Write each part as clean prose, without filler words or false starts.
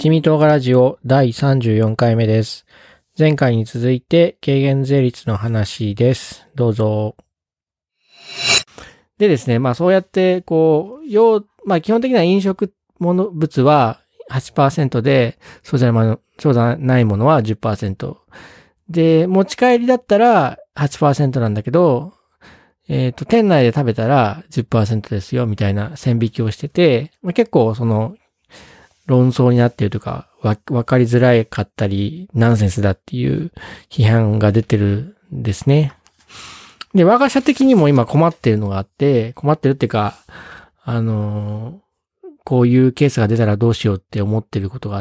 月見動画ラジオ第34回目です。前回に続いて軽減税率の話です。どうぞ。でですね、そうやって基本的な飲食物は 8% で、そうじゃないものは 10%。で、持ち帰りだったら 8% なんだけど、店内で食べたら 10% ですよ、みたいな線引きをしてて、結構論争になっているというか、わかりづらかったり、ナンセンスだっていう批判が出てるんですね。で、我が社的にも今困ってるのがあって、困ってるっていうか、こういうケースが出たらどうしようって思ってることがあって、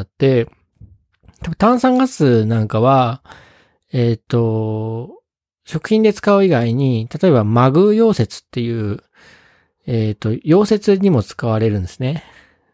炭酸ガスなんかは、食品で使う以外に、例えばマグ溶接っていう、溶接にも使われるんですね。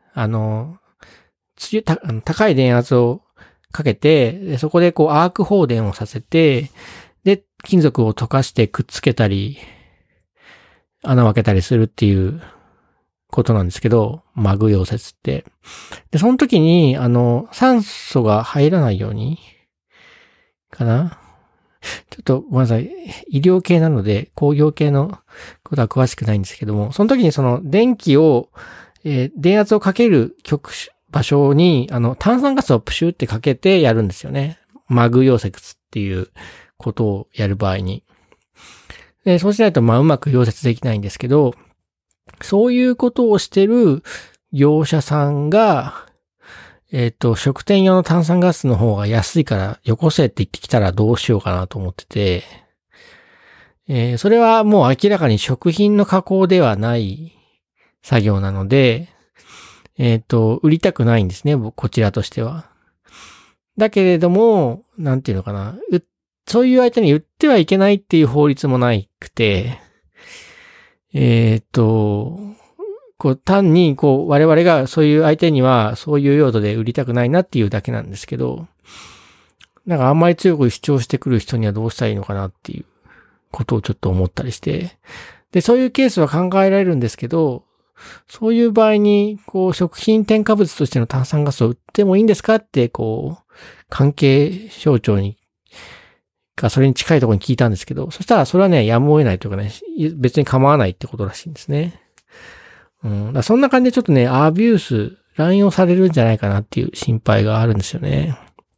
高い電圧をかけて、そこでアーク放電をさせて、で、金属を溶かしてくっつけたり、穴を開けたりするっていうことなんですけど、マグ溶接って。で、その時に、酸素が入らないように、かな？ちょっとごめんなさい。医療系なので、工業系のことは詳しくないんですけども、その時に電気を、電圧をかける場所に、炭酸ガスをプシュってかけてやるんですよね。マグ溶接っていうことをやる場合に。で、そうしないと、うまく溶接できないんですけど、そういうことをしてる業者さんが、食店用の炭酸ガスの方が安いからよこせって言ってきたらどうしようかなと思ってて、それはもう明らかに食品の加工ではない作業なので、売りたくないんですね、こちらとしては。だけれども、なんていうのかな、そういう相手に売ってはいけないっていう法律もなくて、単に我々がそういう相手にはそういう用途で売りたくないなっていうだけなんですけど、なんかあんまり強く主張してくる人にはどうしたらいいのかなっていうことをちょっと思ったりして、で、そういうケースは考えられるんですけど、そういう場合に、食品添加物としての炭酸ガスを売ってもいいんですかって、関係省庁それに近いところに聞いたんですけど、そしたらそれはね、やむを得ないというかね、別に構わないってことらしいんですね。そんな感じでちょっとね、乱用されるんじゃないかなっていう心配があるんですよね。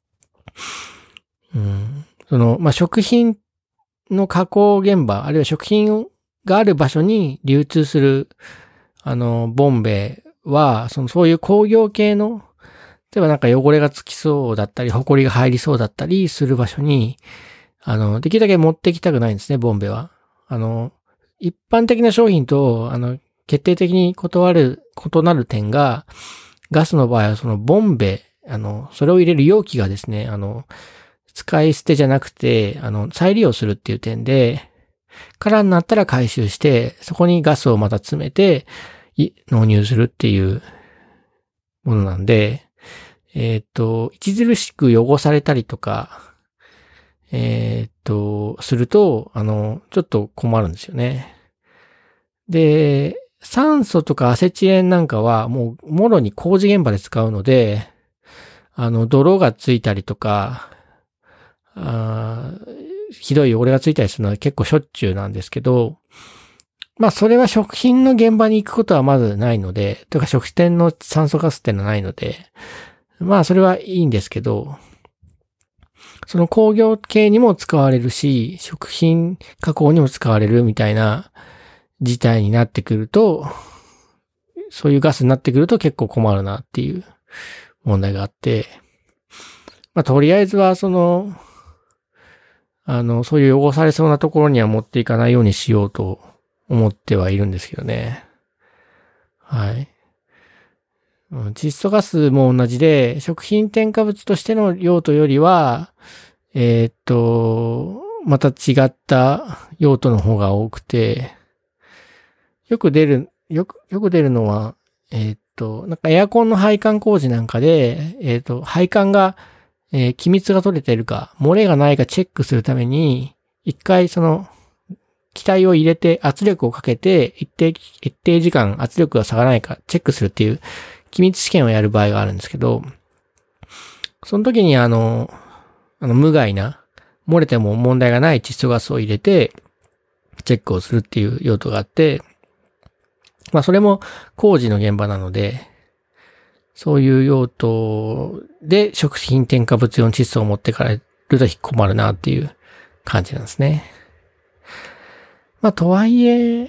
食品の加工現場、あるいは食品がある場所に流通する、ボンベは、そういう工業系の、例えばなんか汚れがつきそうだったり、埃が入りそうだったりする場所に、できるだけ持ってきたくないんですね、ボンベは。一般的な商品と、決定的に異なる点が、ガスの場合はボンベ、それを入れる容器がですね、使い捨てじゃなくて、再利用するっていう点で、空になったら回収して、そこにガスをまた詰めて、納入するっていうものなんで、著しく汚されたりとか、すると、ちょっと困るんですよね。で、酸素とかアセチレンなんかはもうもろに工事現場で使うので、泥がついたりとか、ひどい汚れがついたりするのは結構しょっちゅうなんですけど、それは食品の現場に行くことはまずないので、とか食店の酸素ガスってのはないので、それはいいんですけど、その工業系にも使われるし、食品加工にも使われるみたいな事態になってくると、そういうガスになってくると結構困るなっていう問題があって、とりあえずはそういう汚されそうなところには持っていかないようにしようと思ってはいるんですけどね。はい。窒素ガスも同じで、食品添加物としての用途よりは、また違った用途の方が多くて、よく出るのは、なんかエアコンの配管工事なんかで、配管が、気密が取れてるか、漏れがないかチェックするために、一回気体を入れて圧力をかけて、一定時間圧力が下がらないかチェックするっていう、気密試験をやる場合があるんですけど、 その時に無害な、漏れても問題がない窒素ガスを入れて、チェックをするっていう用途があって、まあそれも工事の現場なので、そういう用途で食品添加物用の窒素を持ってかれると困るなっていう感じなんですね。まあとはいえ、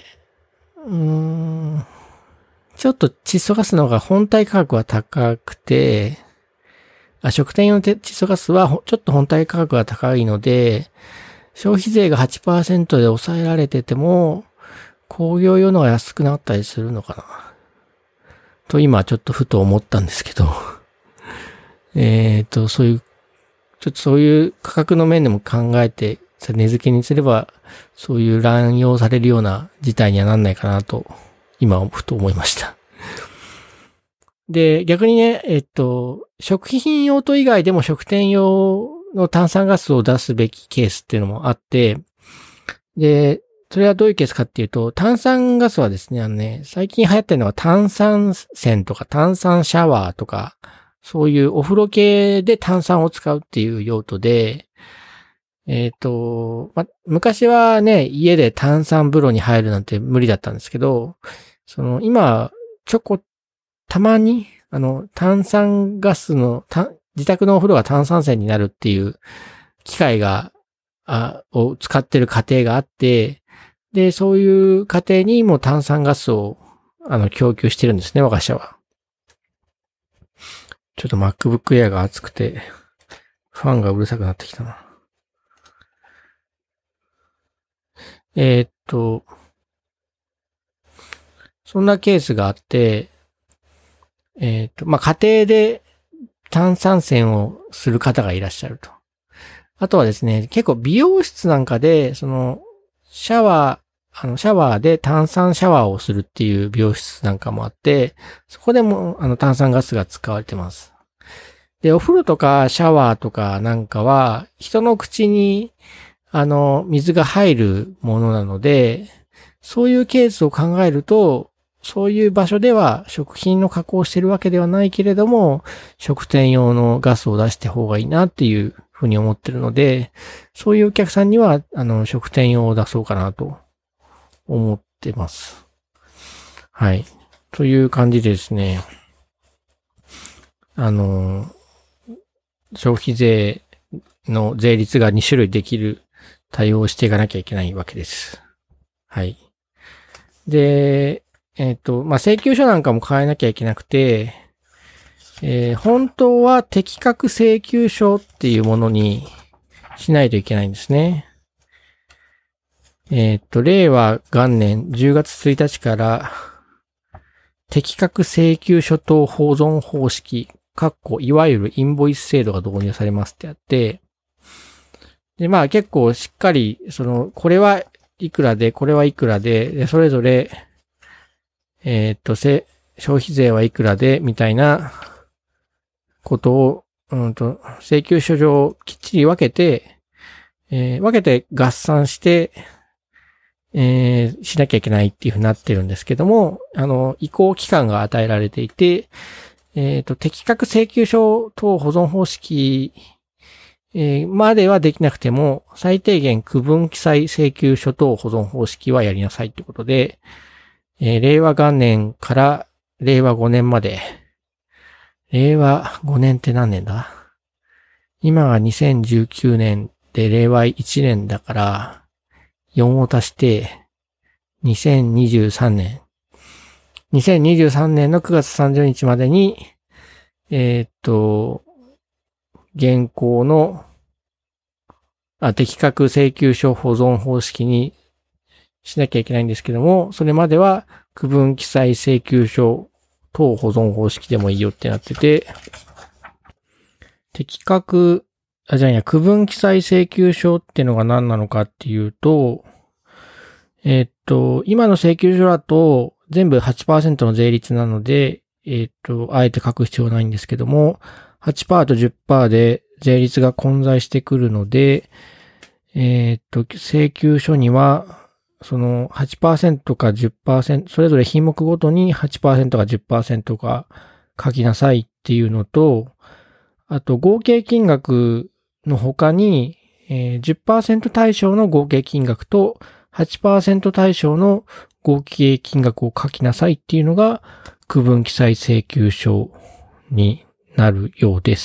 ちょっと窒素ガスの方が本体価格は高くて、食店用の窒素ガスはちょっと本体価格が高いので、消費税が 8% で抑えられてても、工業用のが安くなったりするのかなと今ちょっとふと思ったんですけど、そういう価格の面でも考えて、値付けにすれば、そういう乱用されるような事態にはなんないかなと、今ふと思いました。で、逆にね、食品用途以外でも食店用の炭酸ガスを出すべきケースっていうのもあって、で、それはどういうケースかっていうと、炭酸ガスはですね、最近流行ってるのは炭酸泉とか炭酸シャワーとか、そういうお風呂系で炭酸を使うっていう用途で、昔はね、家で炭酸風呂に入るなんて無理だったんですけど、今、たまに、炭酸ガスの、自宅のお風呂が炭酸泉になるっていう機械を使ってる家庭があって、で、そういう家庭にも炭酸ガスを、供給してるんですね、我が社は。ちょっと MacBook Air が熱くて、ファンがうるさくなってきたな。そんなケースがあって、家庭で炭酸泉をする方がいらっしゃると。あとはですね、結構美容室なんかで、シャワーで炭酸シャワーをするっていう美容室なんかもあって、そこでも炭酸ガスが使われてます。で、お風呂とかシャワーとかなんかは、人の口に水が入るものなので、そういうケースを考えると、そういう場所では食品の加工をしてるわけではないけれども、食店用のガスを出して方がいいなっていうふうに思ってるので、そういうお客さんには、食店用を出そうかなと思ってます。はい。という感じでですね、消費税の税率が2種類できる対応をしていかなきゃいけないわけです。はい。で、請求書なんかも変えなきゃいけなくて、本当は適格請求書っていうものにしないといけないんですね。令和元年10月1日から、適格請求書等保存方式、いわゆるインボイス制度が導入されますってやって、で、結構しっかり、これはいくらで、これはいくらで、それぞれ、消費税はいくらで、みたいなことを、請求書上きっちり分けて合算して、しなきゃいけないっていうふうになってるんですけども、移行期間が与えられていて、適格請求書等保存方式、まではできなくても、最低限区分記載請求書等保存方式はやりなさいってことで、令和元年から令和5年まで、令和5年って何年だ？今が2019年で令和1年だから、4を足して、2023年。2023年の9月30日までに、現行の、適格請求書保存方式にしなきゃいけないんですけども、それまでは区分記載請求書等保存方式でもいいよってなってて、区分記載請求書ってのが何なのかっていうと、今の請求書だと全部 8% の税率なので、あえて書く必要ないんですけども、8% と 10% で税率が混在してくるので、請求書には、その 8% か 10%、それぞれ品目ごとに 8% か 10% か書きなさいっていうのと、 あと合計金額の他に、10% 対象の合計金額と 8% 対象の合計金額を書きなさいっていうのが区分記載請求書になるようです。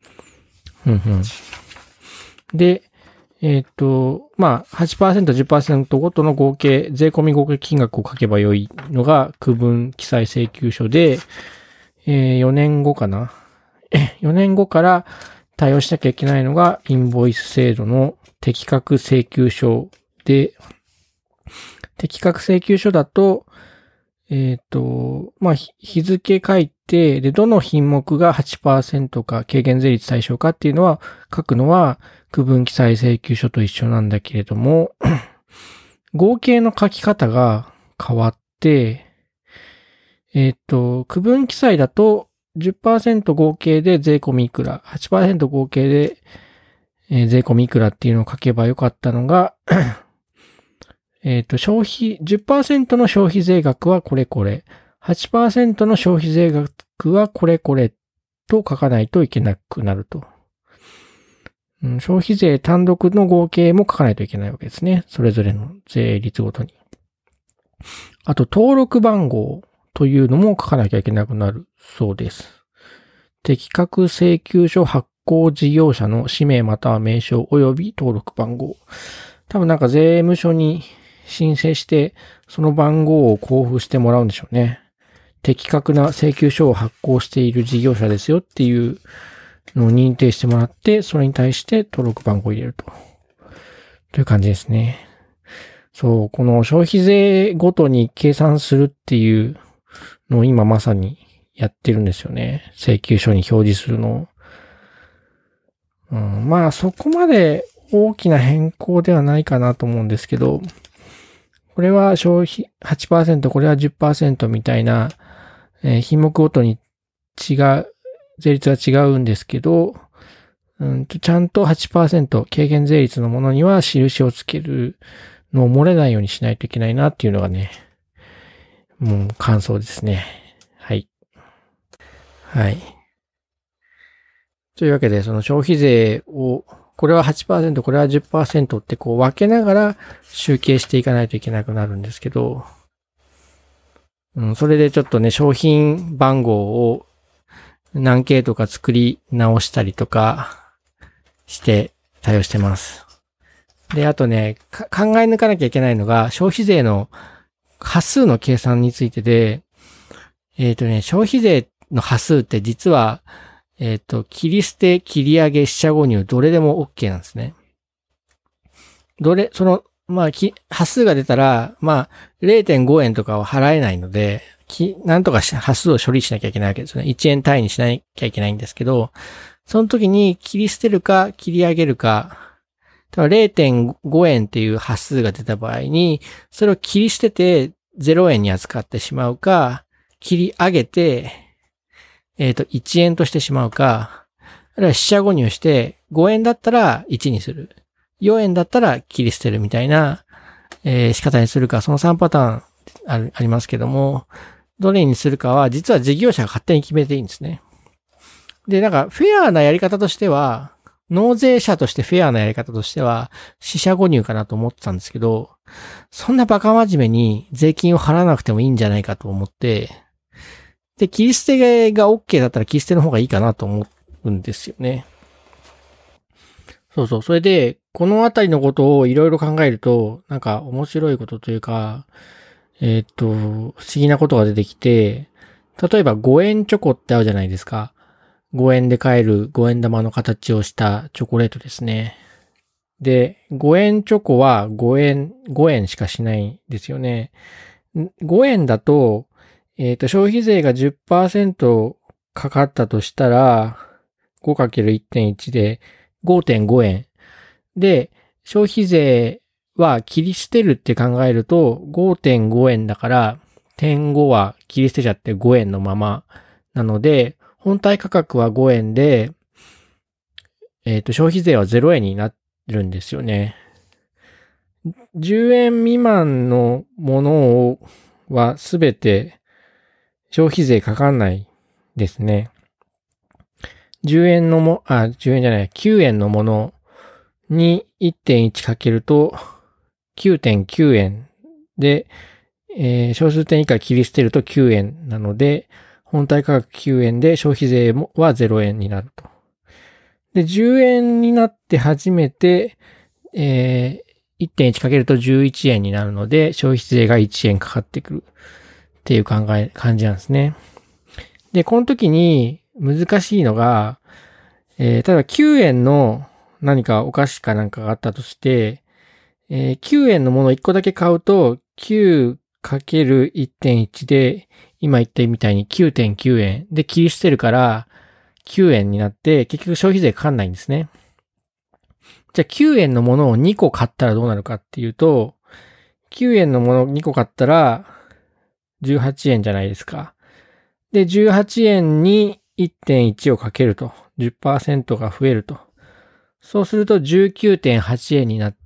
で、まあ、8%、10% ごとの合計、税込み合計金額を書けばよいのが区分記載請求書で、4年後かな。4年後から対応しなきゃいけないのがインボイス制度の適格請求書で、適格請求書だと、まあ、日付書いて、で、どの品目が 8% か軽減税率対象かっていうのは書くのは区分記載請求書と一緒なんだけれども、合計の書き方が変わって、区分記載だと 10% 合計で税込みいくら、8% 合計で、税込みいくらっていうのを書けばよかったのが、消費、10% の消費税額はこれこれ、8% の消費税額はこれこれと書かないといけなくなると。消費税単独の合計も書かないといけないわけですね。それぞれの税率ごとに。あと、登録番号というのも書かなきゃいけなくなるそうです。適格請求書発行事業者の氏名または名称及び登録番号。多分なんか税務署に申請して、その番号を交付してもらうんでしょうね。適格な請求書を発行している事業者ですよっていうのを認定してもらって、それに対して登録番号を入れるという感じですね。そう、この消費税ごとに計算するっていうのを今まさにやってるんですよね。請求書に表示するのを。まあそこまで大きな変更ではないかなと思うんですけど、これは消費 8%、これは 10% みたいな、品目ごとに違う、税率が違うんですけど、ちゃんと 8% 軽減税率のものには印をつけるのを漏れないようにしないといけないなっていうのがね、もう感想ですね。はい。はい。というわけで、その消費税を、これは 8%、これは 10% ってこう分けながら集計していかないといけなくなるんですけど、それでちょっとね、商品番号を何系とか作り直したりとかして対応してます。で、あとね、考え抜かなきゃいけないのが消費税の波数の計算についてで、消費税の波数って実は、切り捨て、切り上げ、四捨五入、どれでも OK なんですね。まあ、波数が出たら、まあ、0.5 円とかは払えないので、なんとか波数を処理しなきゃいけないわけですよね。1円単位にしなきゃいけないんですけど、その時に切り捨てるか、切り上げるか、0.5 円っていう波数が出た場合に、それを切り捨てて0円に扱ってしまうか、切り上げて、1円としてしまうか、あるいは四捨五入して5円だったら1にする。4円だったら切り捨てるみたいな、仕方にするか、その3パターンありますけども、どれにするかは実は事業者が勝手に決めていいんですね。で、なんかフェアなやり方としては、納税者としてフェアなやり方としては、四捨五入かなと思ってたんですけど、そんなバカ真面目に税金を払わなくてもいいんじゃないかと思って、で、切り捨てが OK だったら切り捨ての方がいいかなと思うんですよね。そうそう。それで、このあたりのことをいろいろ考えると、なんか面白いことというか、不思議なことが出てきて、例えば5円チョコってあるじゃないですか。5円で買える5円玉の形をしたチョコレートですね。で、5円チョコは5円しかしないんですよね。5円だと、消費税が 10% かかったとしたら、5×1.1 で 5.5 円。で、消費税は切り捨てるって考えると 5.5 円だから、点5は切り捨てちゃって5円のままなので、本体価格は5円で、消費税は0円になるんですよね。10円未満のものはすべて消費税かかんないですね。 10円の10円じゃない、9円のものに 1.1 かけると 9.9 円で、小数点以下切り捨てると9円なので、本体価格9円で消費税は0円になると。で、10円になって初めて、1.1 かけると11円になるので、消費税が1円かかってくるっていう感じなんですね。で、この時に難しいのが、例えば9円の何かお菓子かなんかがあったとして、9円のもの1個だけ買うと、9×1.1 で、今言ったみたいに 9.9 円で切り捨てるから9円になって、結局消費税かかんないんですね。じゃあ9円のものを2個買ったらどうなるかっていうと、9円のもの2個買ったら18円じゃないですか。で、18円に 1.1 をかけると、10% が増えると。そうすると 19.8 円になって、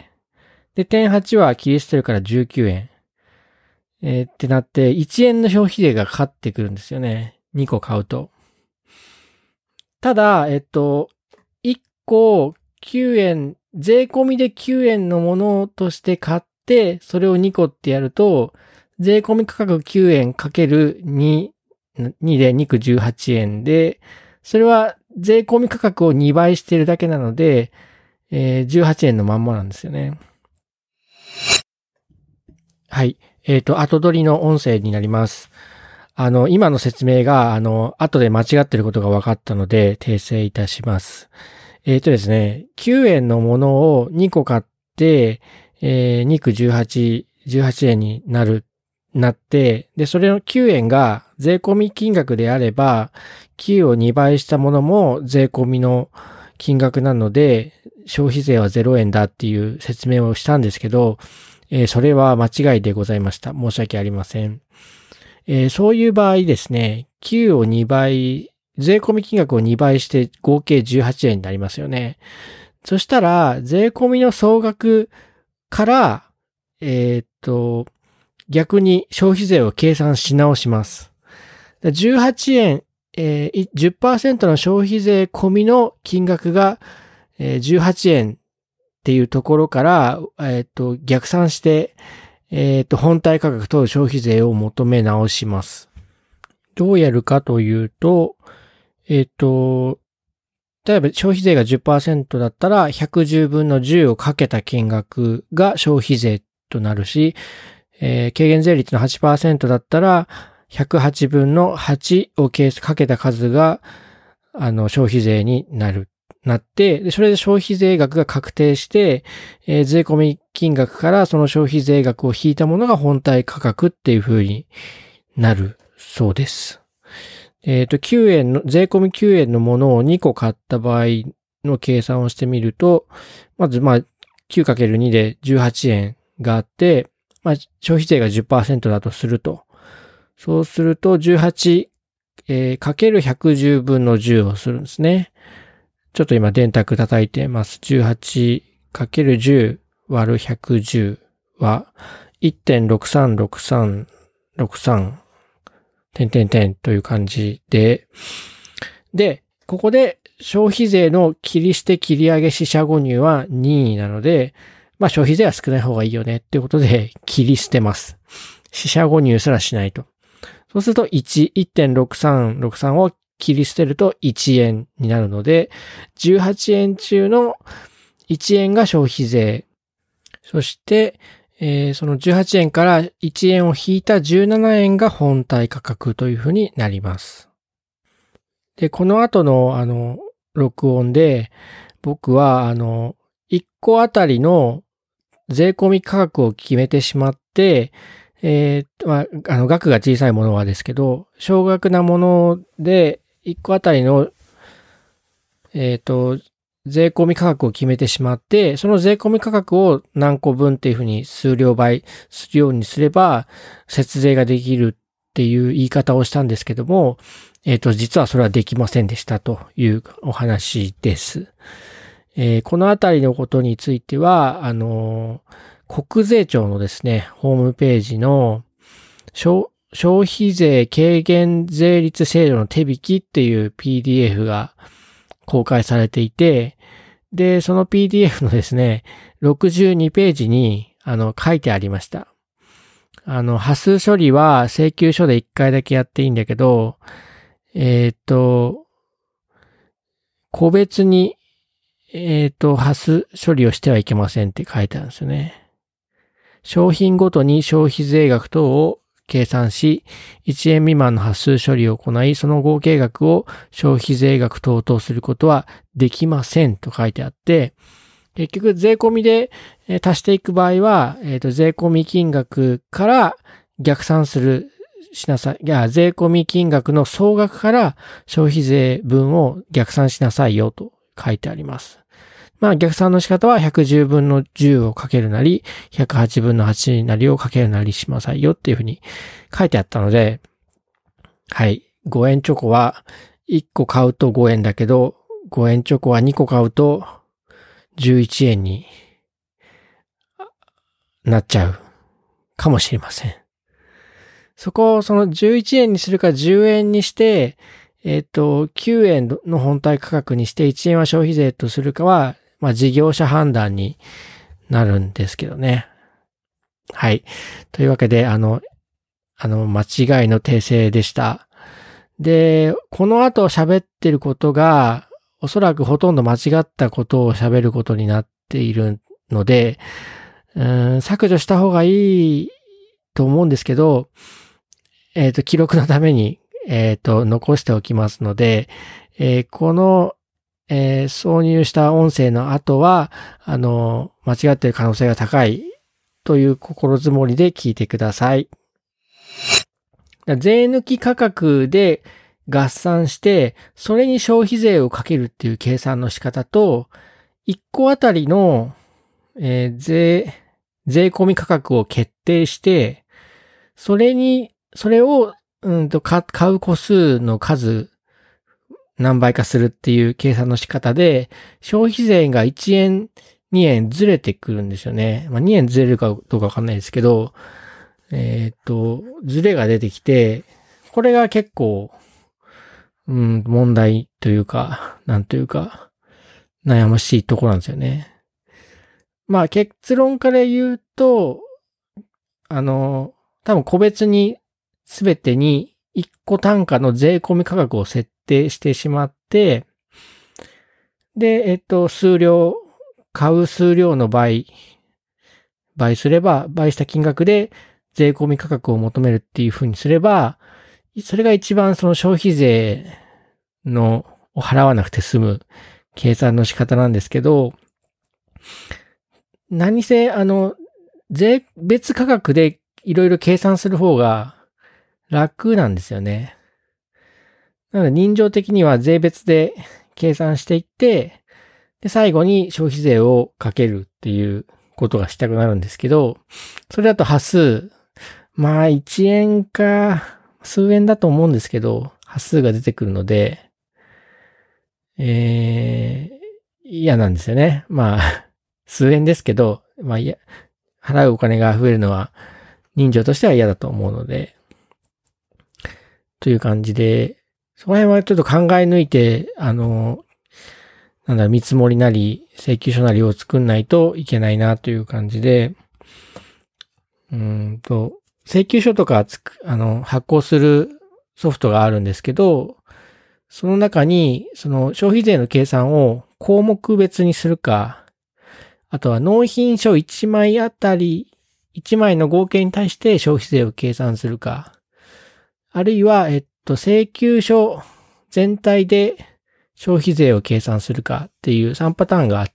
で、点8は切り捨てるから19円。ってなって、1円の消費税がかかってくるんですよね。2個買うと。ただ、1個9円、税込みで9円のものとして買って、それを2個ってやると、税込み価格9円かける2で2区18円で、それは税込み価格を2倍してるだけなので、18円のまんまなんですよね。はい。後取りの音声になります。今の説明が、後で間違ってることが分かったので、訂正いたします。ですね、9円のものを2個買って、2区18円になって、で、それの9円が税込み金額であれば、9を2倍したものも税込みの金額なので、消費税は0円だっていう説明をしたんですけど、それは間違いでございました。申し訳ありません。そういう場合ですね、9を2倍、税込み金額を2倍して合計18円になりますよね。そしたら、税込みの総額から、逆に消費税を計算し直します。18円、10% の消費税込みの金額が、18円っていうところから、逆算して、本体価格と消費税を求め直します。どうやるかというと、例えば消費税が 10% だったら110分の10をかけた金額が消費税となるし、軽減税率の 8% だったら108分の8をかけた数が消費税になって、それで消費税額が確定して、税込み金額からその消費税額を引いたものが本体価格っていう風になるそうです。9円の、税込み9円のものを2個買った場合の計算をしてみると、まず9×2 で18円があって、消費税が 10% だとすると。そうすると18、かける110分の10をするんですね。ちょっと今電卓叩いてます。18×10 割る110は 1.636363という感じで、ここで消費税の切り捨て切り上げ四捨五入は任意なので、消費税は少ない方がいいよねっていうことで切り捨てます。四捨五入すらしないと。そうすると1.6363を切り捨てると1円になるので、18円中の1円が消費税。そして、その18円から1円を引いた17円が本体価格というふうになります。で、この後の録音で僕は1個あたりの税込み価格を決めてしまって、額が小さいものはですけど、少額なもので1個あたりの税込み価格を決めてしまって、その税込み価格を何個分っていうふうに数量倍するようにすれば、節税ができるっていう言い方をしたんですけども、実はそれはできませんでしたというお話です。このあたりのことについては、国税庁のですね、ホームページの消消費税軽減税率制度の手引きっていう PDF が公開されていて、で、その PDF のですね、62ページに、書いてありました。端数処理は請求書で1回だけやっていいんだけど、個別に、端数処理をしてはいけませんって書いてあるんですよね。商品ごとに消費税額等を計算し、1円未満の端数処理を行い、その合計額を消費税額等とすることはできませんと書いてあって、結局税込みで足していく場合は、税込み金額から逆算しなさい。いや、税込み金額の総額から消費税分を逆算しなさいよと書いてあります。まあ逆算の仕方は110分の10をかけるなり、108分の8なりをかけるなりしなさいよっていうふうに書いてあったので、はい。5円チョコは1個買うと5円だけど、5円チョコは2個買うと11円になっちゃうかもしれません。そこをその11円にするか10円にして、9円の本体価格にして1円は消費税とするかは、まあ事業者判断になるんですけどね。はい。というわけで、間違いの訂正でした。で、この後喋ってることが、おそらくほとんど間違ったことを喋ることになっているので、削除した方がいいと思うんですけど、記録のために、残しておきますので、この、挿入した音声の後は、間違っている可能性が高いという心づもりで聞いてください。税抜き価格で合算して、それに消費税をかけるっていう計算の仕方と、1個あたりの、税込み価格を決定して、それを、買う個数の数何倍かするっていう計算の仕方で、消費税が1円、2円ずれてくるんですよね。まあ、2円ずれるかどうかわかんないですけど、ずれが出てきて、これが結構、問題というか、なんというか、悩ましいところなんですよね。まあ、結論から言うと、多分個別に全てに1個単価の税込み価格を設定してしまって、で、買う数量の倍すれば、倍した金額で税込み価格を求めるっていう風にすれば、それが一番その消費税を払わなくて済む計算の仕方なんですけど、何せ、税別価格でいろいろ計算する方が楽なんですよね。なので人情的には税別で計算していって、で、最後に消費税をかけるっていうことがしたくなるんですけど、それだと端数、まあ1円か数円だと思うんですけど、端数が出てくるので、嫌なんですよね。まあ、数円ですけど、まあ払うお金が増えるのは人情としては嫌だと思うので、という感じで、その辺はちょっと考え抜いて、見積もりなり、請求書なりを作んないといけないなという感じで、請求書とか発行するソフトがあるんですけど、その中に、その消費税の計算を項目別にするか、あとは納品書1枚あたり、1枚の合計に対して消費税を計算するか、あるいは、請求書全体で消費税を計算するかっていう3パターンがあって、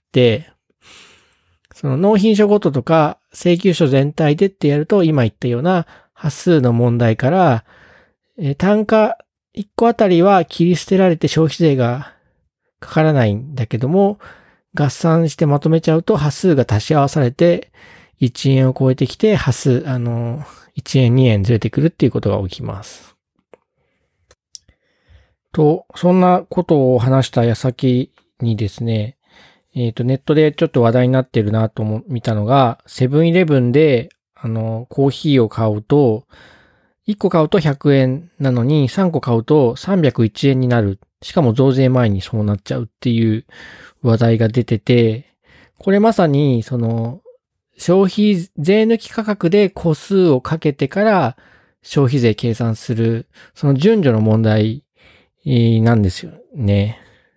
その納品書ごととか請求書全体でってやると今言ったような端数の問題から、単価1個あたりは切り捨てられて消費税がかからないんだけども、合算してまとめちゃうと端数が足し合わされて1円を超えてきて端数、1円2円ずれてくるっていうことが起きます。そんなことを話した矢先にですね、ネットでちょっと話題になってるなと見たのが、セブンイレブンで、コーヒーを買うと、 1個買うと100円なのに3個買うと301円になる。しかも増税前にそうなっちゃうっていう話題が出てて、これまさにその消費税抜き価格で個数をかけてから消費税計算する、その順序の問題なんですよね。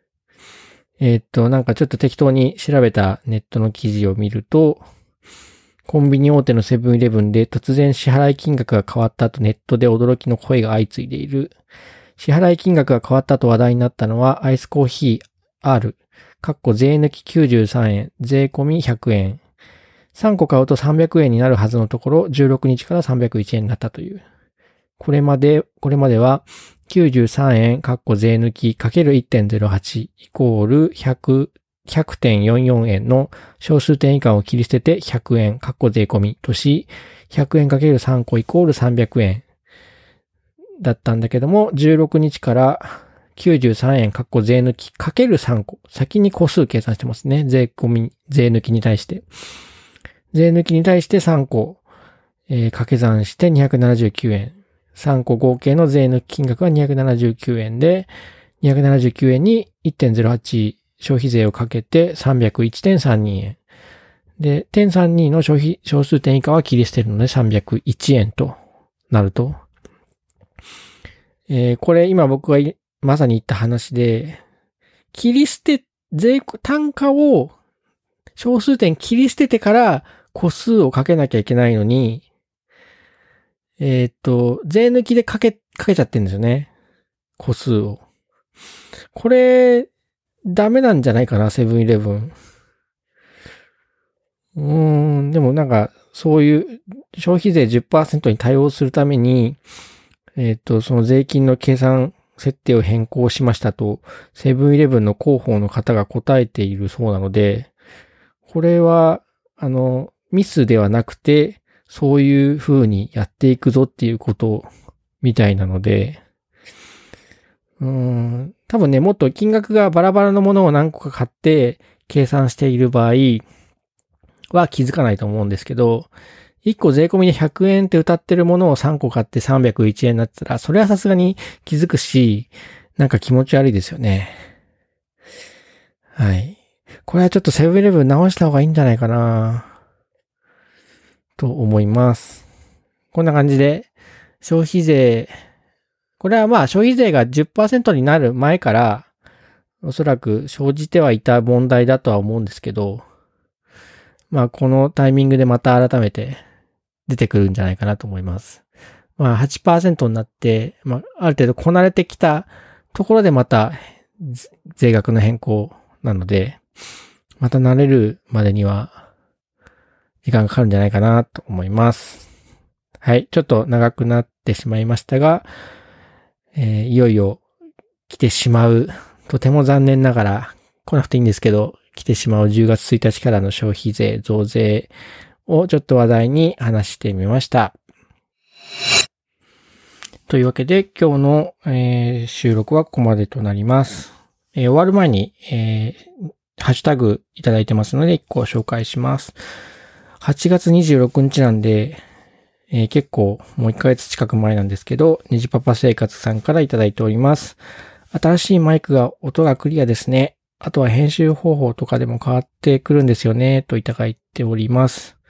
なんかちょっと適当に調べたネットの記事を見ると、コンビニ大手のセブンイレブンで突然支払い金額が変わったとネットで驚きの声が相次いでいる。支払い金額が変わったと話題になったのはアイスコーヒー R、税抜き93円、税込み100円。3個買うと300円になるはずのところ、16日から301円になったという。これまでは93円、税抜き ×1.08 イコール100.44 円の小数点以下を切り捨てて100円、税込みとし、100円 ×3 個イコール300円だったんだけども、16日から93円、税抜き ×3 個。先に個数計算してますね。税込み、税抜きに対して。税抜きに対して3個、掛け算して279円。3個合計の税抜き金額は279円で、279円に 1.08 消費税をかけて 301.32 円。で、0.32の小数点以下は切り捨てるので301円となると。これ今僕がまさに言った話で、単価を小数点切り捨ててから個数をかけなきゃいけないのに、税抜きでかけちゃってるんですよね。個数を。これ、ダメなんじゃないかな、セブンイレブン。でもなんか、そういう消費税 10% に対応するために、その税金の計算設定を変更しましたと、セブンイレブンの広報の方が答えているそうなので、これは、ミスではなくて、そういう風にやっていくぞっていうことみたいなので、多分ね、もっと金額がバラバラのものを何個か買って計算している場合は気づかないと思うんですけど、1個税込みで100円って歌ってるものを3個買って301円になったら、それはさすがに気づくし、なんか気持ち悪いですよね。はい。これはちょっとセブンイレブン直した方がいいんじゃないかなと思います。こんな感じで、消費税、これはまあ消費税が 10% になる前から、おそらく生じてはいた問題だとは思うんですけど、まあこのタイミングでまた改めて出てくるんじゃないかなと思います。まあ 8% になって、まあある程度こなれてきたところでまた税額の変更なので、また慣れるまでには時間がかかるんじゃないかなと思います。はい。ちょっと長くなってしまいましたが、いよいよ来てしまう、とても残念ながら来なくていいんですけど、来てしまう10月1日からの消費税増税をちょっと話題に話してみました。というわけで今日の、収録はここまでとなります。終わる前に、ハッシュタグいただいてますので1個紹介します。8月26日なんで、結構もう1ヶ月近く前なんですけど、にじパパ生活さんからいただいております。新しいマイクが音がクリアですね。あとは編集方法とかでも変わってくるんですよね、といただいております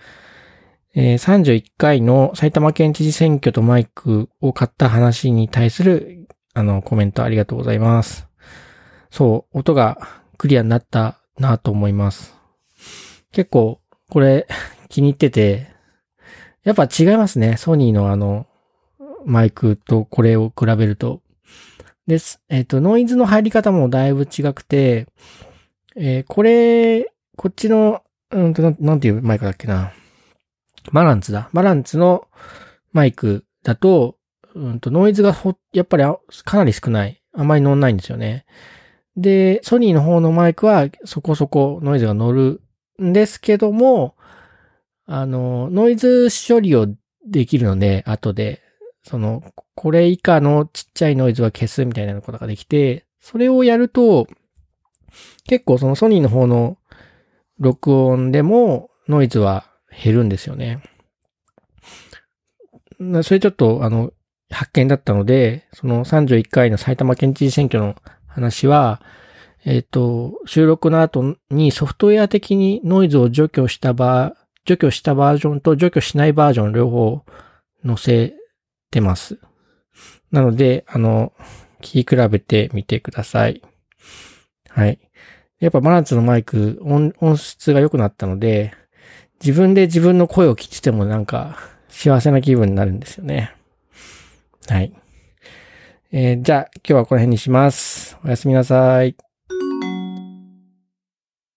。31回の埼玉県知事選挙とマイクを買った話に対するコメントありがとうございます。そう、音がクリアになったなと思います。結構これ気に入ってて、やっぱ違いますね。ソニーのマイクとこれを比べると。です。ノイズの入り方もだいぶ違くて、こっちの、なんていうマイクだっけな。マランツだ。マランツのマイクだと、ノイズがやっぱりかなり少ない。あまり乗んないんですよね。で、ソニーの方のマイクはそこそこノイズが乗るんですけども、ノイズ処理をできるので、後で、これ以下のちっちゃいノイズは消すみたいなことができて、それをやると、結構そのソニーの方の録音でもノイズは減るんですよね。それちょっと発見だったので、その31回の埼玉県知事選挙の話は、収録の後にソフトウェア的にノイズを除去したバージョンと除去しないバージョン両方載せてます。なので、聞き比べてみてください。はい。やっぱマナッツのマイク、音質が良くなったので、自分で自分の声を聞いててもなんか幸せな気分になるんですよね。はい。じゃあ今日はこの辺にします。おやすみなさい。